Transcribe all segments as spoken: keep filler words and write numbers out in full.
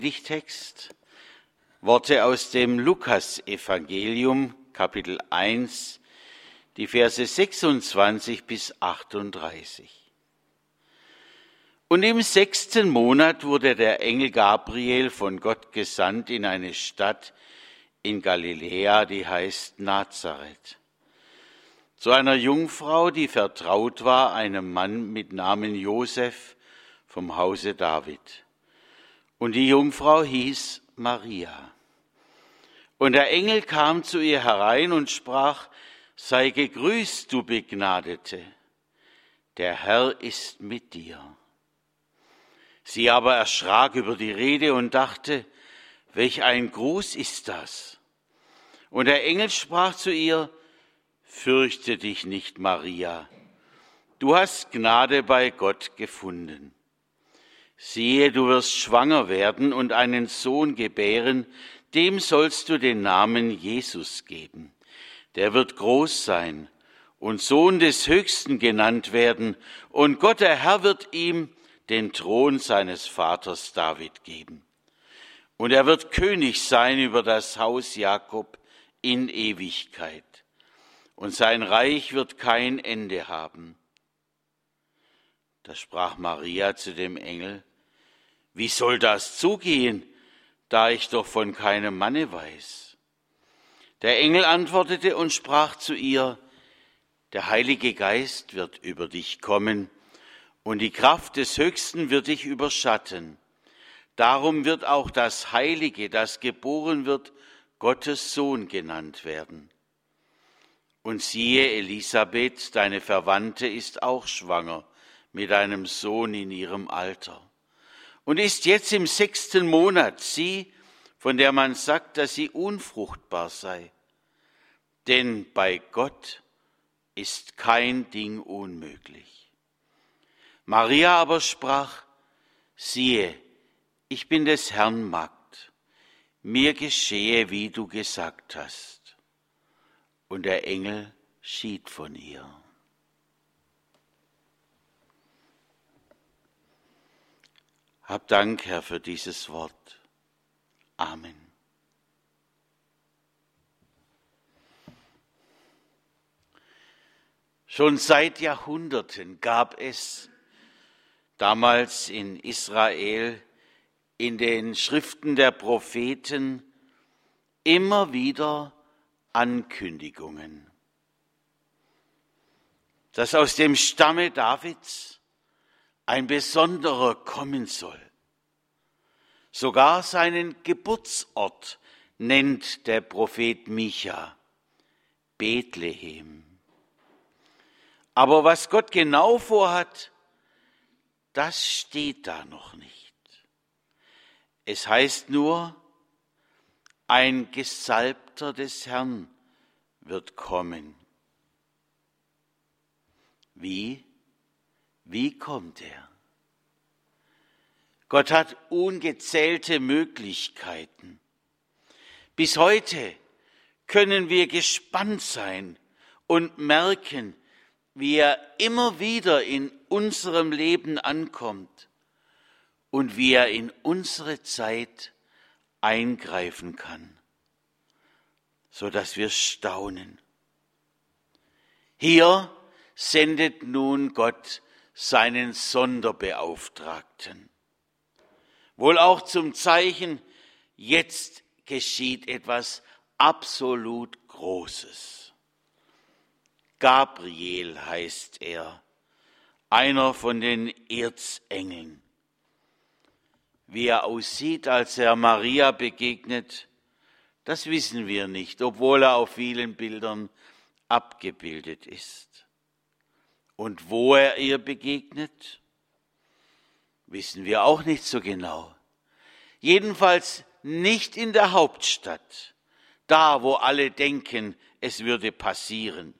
Predigttext, Worte aus dem Lukasevangelium, Kapitel eins, die Verse sechsundzwanzig bis achtunddreißig. Und im sechsten Monat wurde der Engel Gabriel von Gott gesandt in eine Stadt in Galiläa, die heißt Nazareth, zu einer Jungfrau, die vertraut war, einem Mann mit Namen Josef vom Hause David. Und die Jungfrau hieß Maria. Und der Engel kam zu ihr herein und sprach: Sei gegrüßt, du Begnadete, der Herr ist mit dir. Sie aber erschrak über die Rede und dachte: Welch ein Gruß ist das? Und der Engel sprach zu ihr: Fürchte dich nicht, Maria, du hast Gnade bei Gott gefunden. Siehe, du wirst schwanger werden und einen Sohn gebären, dem sollst du den Namen Jesus geben. Der wird groß sein und Sohn des Höchsten genannt werden, und Gott, der Herr, wird ihm den Thron seines Vaters David geben. Und er wird König sein über das Haus Jakob in Ewigkeit, und sein Reich wird kein Ende haben. Da sprach Maria zu dem Engel: Wie soll das zugehen, da ich doch von keinem Manne weiß? Der Engel antwortete und sprach zu ihr: Der Heilige Geist wird über dich kommen, und die Kraft des Höchsten wird dich überschatten. Darum wird auch das Heilige, das geboren wird, Gottes Sohn genannt werden. Und siehe, Elisabeth, deine Verwandte, ist auch schwanger mit einem Sohn in ihrem Alter und ist jetzt im sechsten Monat, sie, von der man sagt, dass sie unfruchtbar sei. Denn bei Gott ist kein Ding unmöglich. Maria aber sprach: Siehe, ich bin des Herrn Magd, mir geschehe, wie du gesagt hast. Und der Engel schied von ihr. Hab Dank, Herr, für dieses Wort. Amen. Schon seit Jahrhunderten gab es damals in Israel in den Schriften der Propheten immer wieder Ankündigungen, dass aus dem Stamme Davids ein Besonderer kommen soll. Sogar seinen Geburtsort nennt der Prophet Micha: Bethlehem. Aber was Gott genau vorhat, das steht da noch nicht. Es heißt nur: Ein Gesalbter des Herrn wird kommen. Wie? Wie kommt er? Gott hat ungezählte Möglichkeiten. Bis heute können wir gespannt sein und merken, wie er immer wieder in unserem Leben ankommt und wie er in unsere Zeit eingreifen kann, so dass wir staunen. Hier sendet nun Gott seinen Sonderbeauftragten. Wohl auch zum Zeichen: Jetzt geschieht etwas absolut Großes. Gabriel heißt er, einer von den Erzengeln. Wie er aussieht, als er Maria begegnet, das wissen wir nicht, obwohl er auf vielen Bildern abgebildet ist. Und wo er ihr begegnet, wissen wir auch nicht so genau. Jedenfalls nicht in der Hauptstadt, da wo alle denken, es würde passieren.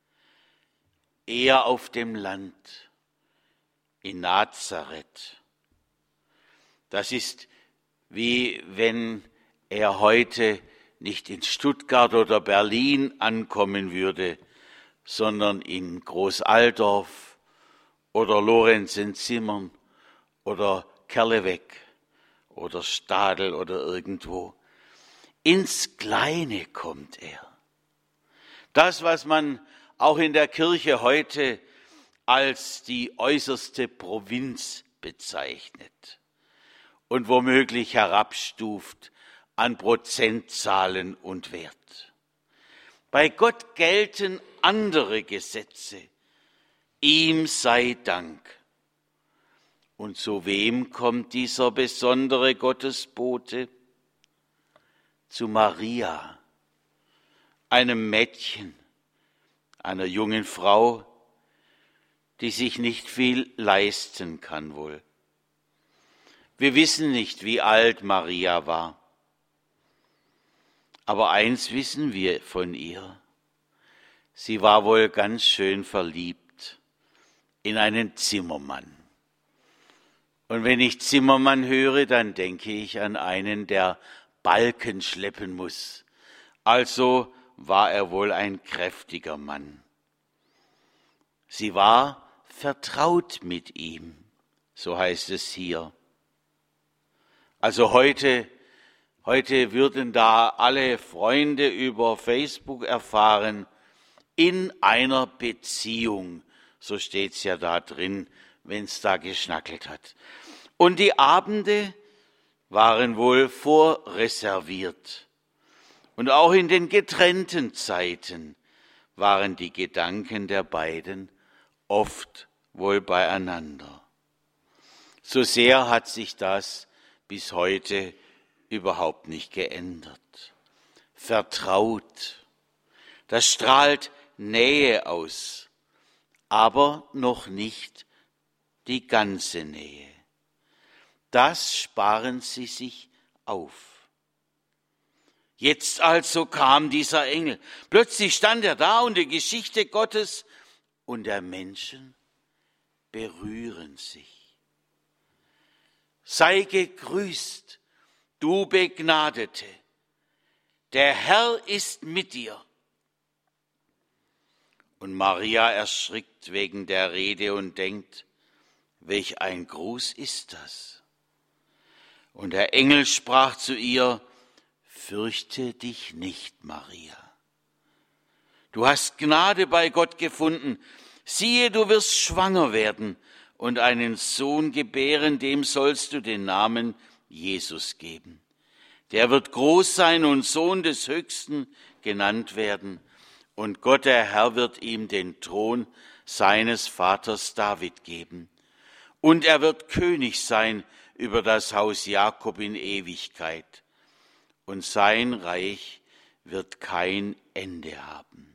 Eher auf dem Land, in Nazareth. Das ist wie wenn er heute nicht in Stuttgart oder Berlin ankommen würde, sondern in Großalldorf oder Lorenzenzimmern oder Kerleweg oder Stadel oder irgendwo. Ins Kleine kommt er. Das, was man auch in der Kirche heute als die äußerste Provinz bezeichnet und womöglich herabstuft an Prozentzahlen und Wert. Bei Gott gelten andere Gesetze. Ihm sei Dank. Und zu wem kommt dieser besondere Gottesbote? Zu Maria, einem Mädchen, einer jungen Frau, die sich nicht viel leisten kann wohl. Wir wissen nicht, wie alt Maria war. Aber eins wissen wir von ihr. Sie war wohl ganz schön verliebt in einen Zimmermann. Und wenn ich Zimmermann höre, dann denke ich an einen, der Balken schleppen muss. Also war er wohl ein kräftiger Mann. Sie war vertraut mit ihm, so heißt es hier. Also heute, heute würden da alle Freunde über Facebook erfahren, in einer Beziehung, so steht's ja da drin, wenn's da geschnackelt hat. Und die Abende waren wohl vorreserviert. Und auch in den getrennten Zeiten waren die Gedanken der beiden oft wohl beieinander. So sehr hat sich das bis heute überhaupt nicht geändert. Vertraut, das strahlt Nähe aus, aber noch nicht die ganze Nähe. Das sparen sie sich auf. Jetzt also kam dieser Engel. Plötzlich stand er da und die Geschichte Gottes und der Menschen berühren sich. Sei gegrüßt, du Begnadete, der Herr ist mit dir. Und Maria erschrickt wegen der Rede und denkt, welch ein Gruß ist das? Und der Engel sprach zu ihr, fürchte dich nicht, Maria. Du hast Gnade bei Gott gefunden. Siehe, du wirst schwanger werden und einen Sohn gebären, dem sollst du den Namen Jesus geben. Der wird groß sein und Sohn des Höchsten genannt werden. Und Gott, der Herr, wird ihm den Thron seines Vaters David geben. Und er wird König sein über das Haus Jakob in Ewigkeit. Und sein Reich wird kein Ende haben.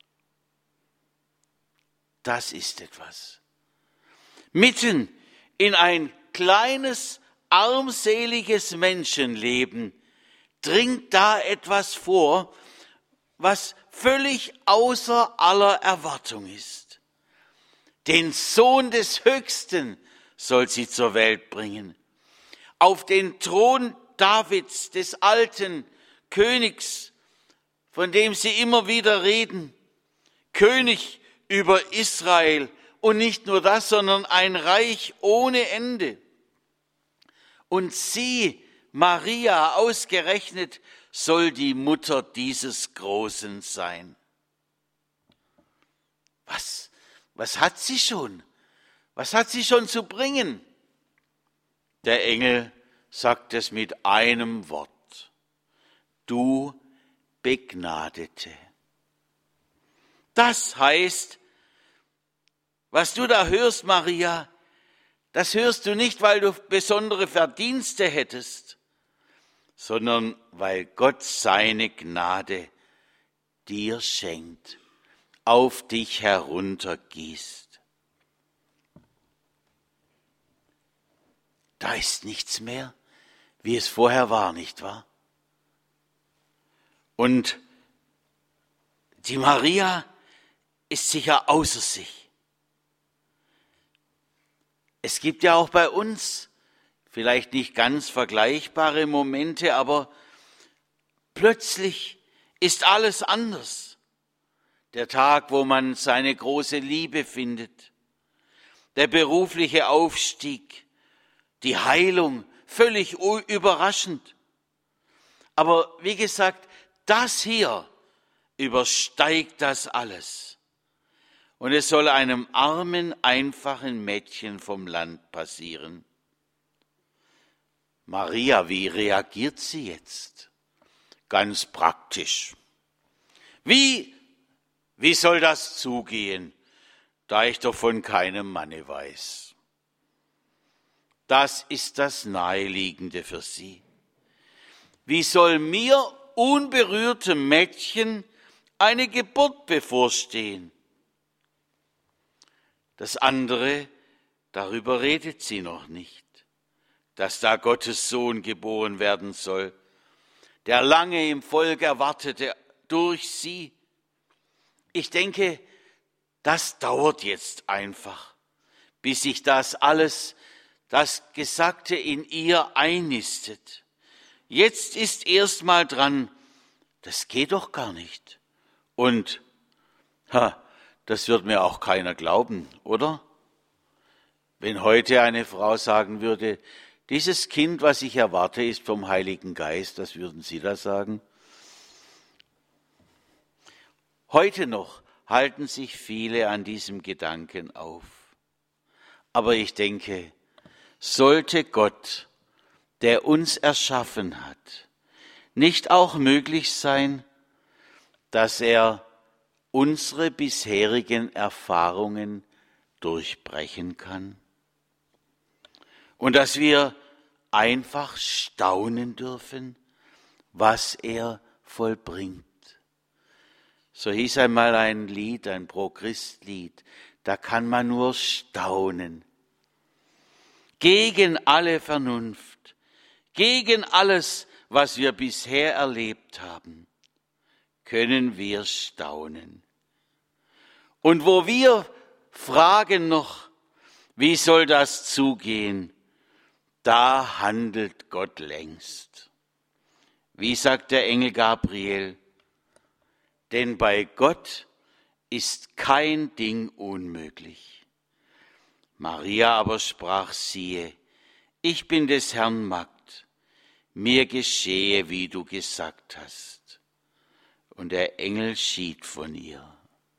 Das ist etwas. Mitten in ein kleines, armseliges Menschenleben dringt da etwas vor, was völlig außer aller Erwartung ist. Den Sohn des Höchsten soll sie zur Welt bringen. Auf den Thron Davids, des alten Königs, von dem sie immer wieder reden, König über Israel und nicht nur das, sondern ein Reich ohne Ende. Und sie, Maria ausgerechnet, soll die Mutter dieses Großen sein. Was, was hat sie schon? Was hat sie schon zu bringen? Der Engel sagt es mit einem Wort. Du Begnadete. Das heißt, was du da hörst, Maria, das hörst du nicht, weil du besondere Verdienste hättest, sondern weil Gott seine Gnade dir schenkt, auf dich heruntergießt. Da ist nichts mehr, wie es vorher war, nicht wahr? Und die Maria ist sicher außer sich. Es gibt ja auch bei uns vielleicht nicht ganz vergleichbare Momente, aber plötzlich ist alles anders. Der Tag, wo man seine große Liebe findet, der berufliche Aufstieg, die Heilung völlig überraschend. Aber wie gesagt, das hier übersteigt das alles. Und es soll einem armen, einfachen Mädchen vom Land passieren. Maria, wie reagiert sie jetzt? Ganz praktisch. Wie, wie soll das zugehen, da ich doch von keinem Manne weiß? Das ist das Naheliegende für sie. Wie soll mir, unberührtem Mädchen, eine Geburt bevorstehen? Das andere, darüber redet sie noch nicht, dass da Gottes Sohn geboren werden soll, der lange im Volk erwartete durch sie. Ich denke, das dauert jetzt einfach, bis sich das alles, das Gesagte in ihr einnistet. Jetzt ist erst mal dran, das geht doch gar nicht. Und, ha, das wird mir auch keiner glauben, oder? Wenn heute eine Frau sagen würde, dieses Kind, was ich erwarte, ist vom Heiligen Geist, was würden Sie da sagen? Heute noch halten sich viele an diesem Gedanken auf. Aber ich denke, sollte Gott, der uns erschaffen hat, nicht auch möglich sein, dass er unsere bisherigen Erfahrungen durchbrechen kann und dass wir einfach staunen dürfen, was er vollbringt. So hieß einmal ein Lied, ein Pro-Christ-Lied, da kann man nur staunen. Gegen alle Vernunft, gegen alles, was wir bisher erlebt haben, können wir staunen. Und wo wir fragen noch, wie soll das zugehen, da handelt Gott längst. Wie sagt der Engel Gabriel? Denn bei Gott ist kein Ding unmöglich. Maria aber sprach, siehe, ich bin des Herrn Magd, mir geschehe, wie du gesagt hast. Und der Engel schied von ihr.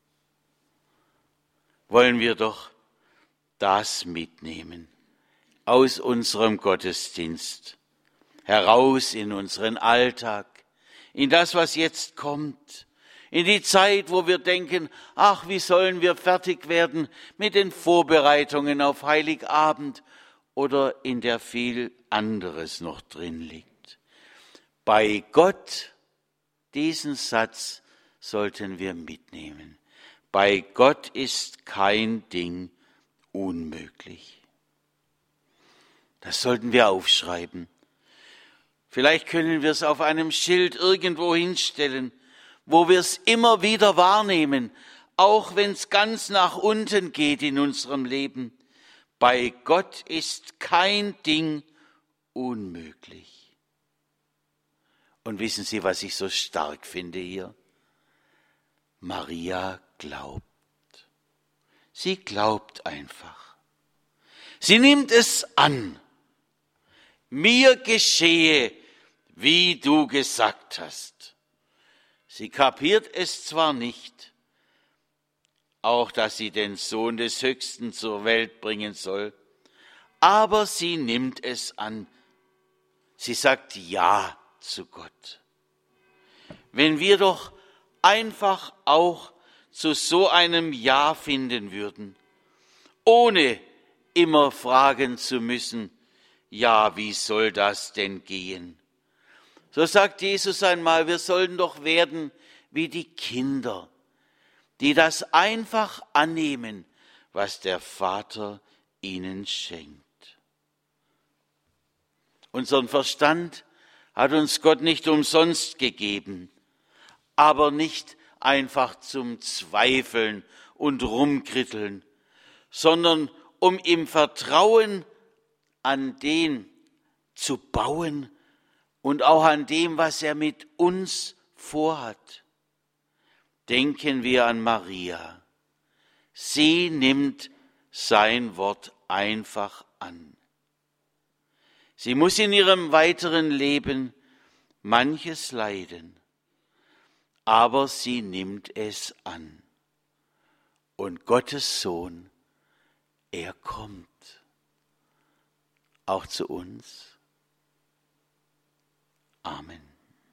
Wollen wir doch das mitnehmen aus unserem Gottesdienst, heraus in unseren Alltag, in das, was jetzt kommt, in die Zeit, wo wir denken, ach, wie sollen wir fertig werden mit den Vorbereitungen auf Heiligabend oder in der viel anderes noch drin liegt. Bei Gott, diesen Satz sollten wir mitnehmen. Bei Gott ist kein Ding unmöglich. Das sollten wir aufschreiben. Vielleicht können wir es auf einem Schild irgendwo hinstellen, wo wir es immer wieder wahrnehmen, auch wenn es ganz nach unten geht in unserem Leben. Bei Gott ist kein Ding unmöglich. Und wissen Sie, was ich so stark finde hier? Maria glaubt. Sie glaubt einfach. Sie nimmt es an. Mir geschehe, wie du gesagt hast. Sie kapiert es zwar nicht, auch dass sie den Sohn des Höchsten zur Welt bringen soll, aber sie nimmt es an. Sie sagt Ja zu Gott. Wenn wir doch einfach auch zu so einem Ja finden würden, ohne immer fragen zu müssen, ja, wie soll das denn gehen? So sagt Jesus einmal, wir sollen doch werden wie die Kinder, die das einfach annehmen, was der Vater ihnen schenkt. Unseren Verstand hat uns Gott nicht umsonst gegeben, aber nicht einfach zum Zweifeln und Rumkritteln, sondern um im Vertrauen an den zu bauen und auch an dem, was er mit uns vorhat. Denken wir an Maria. Sie nimmt sein Wort einfach an. Sie muss in ihrem weiteren Leben manches leiden, aber sie nimmt es an. Und Gottes Sohn, er kommt auch zu uns. Amen.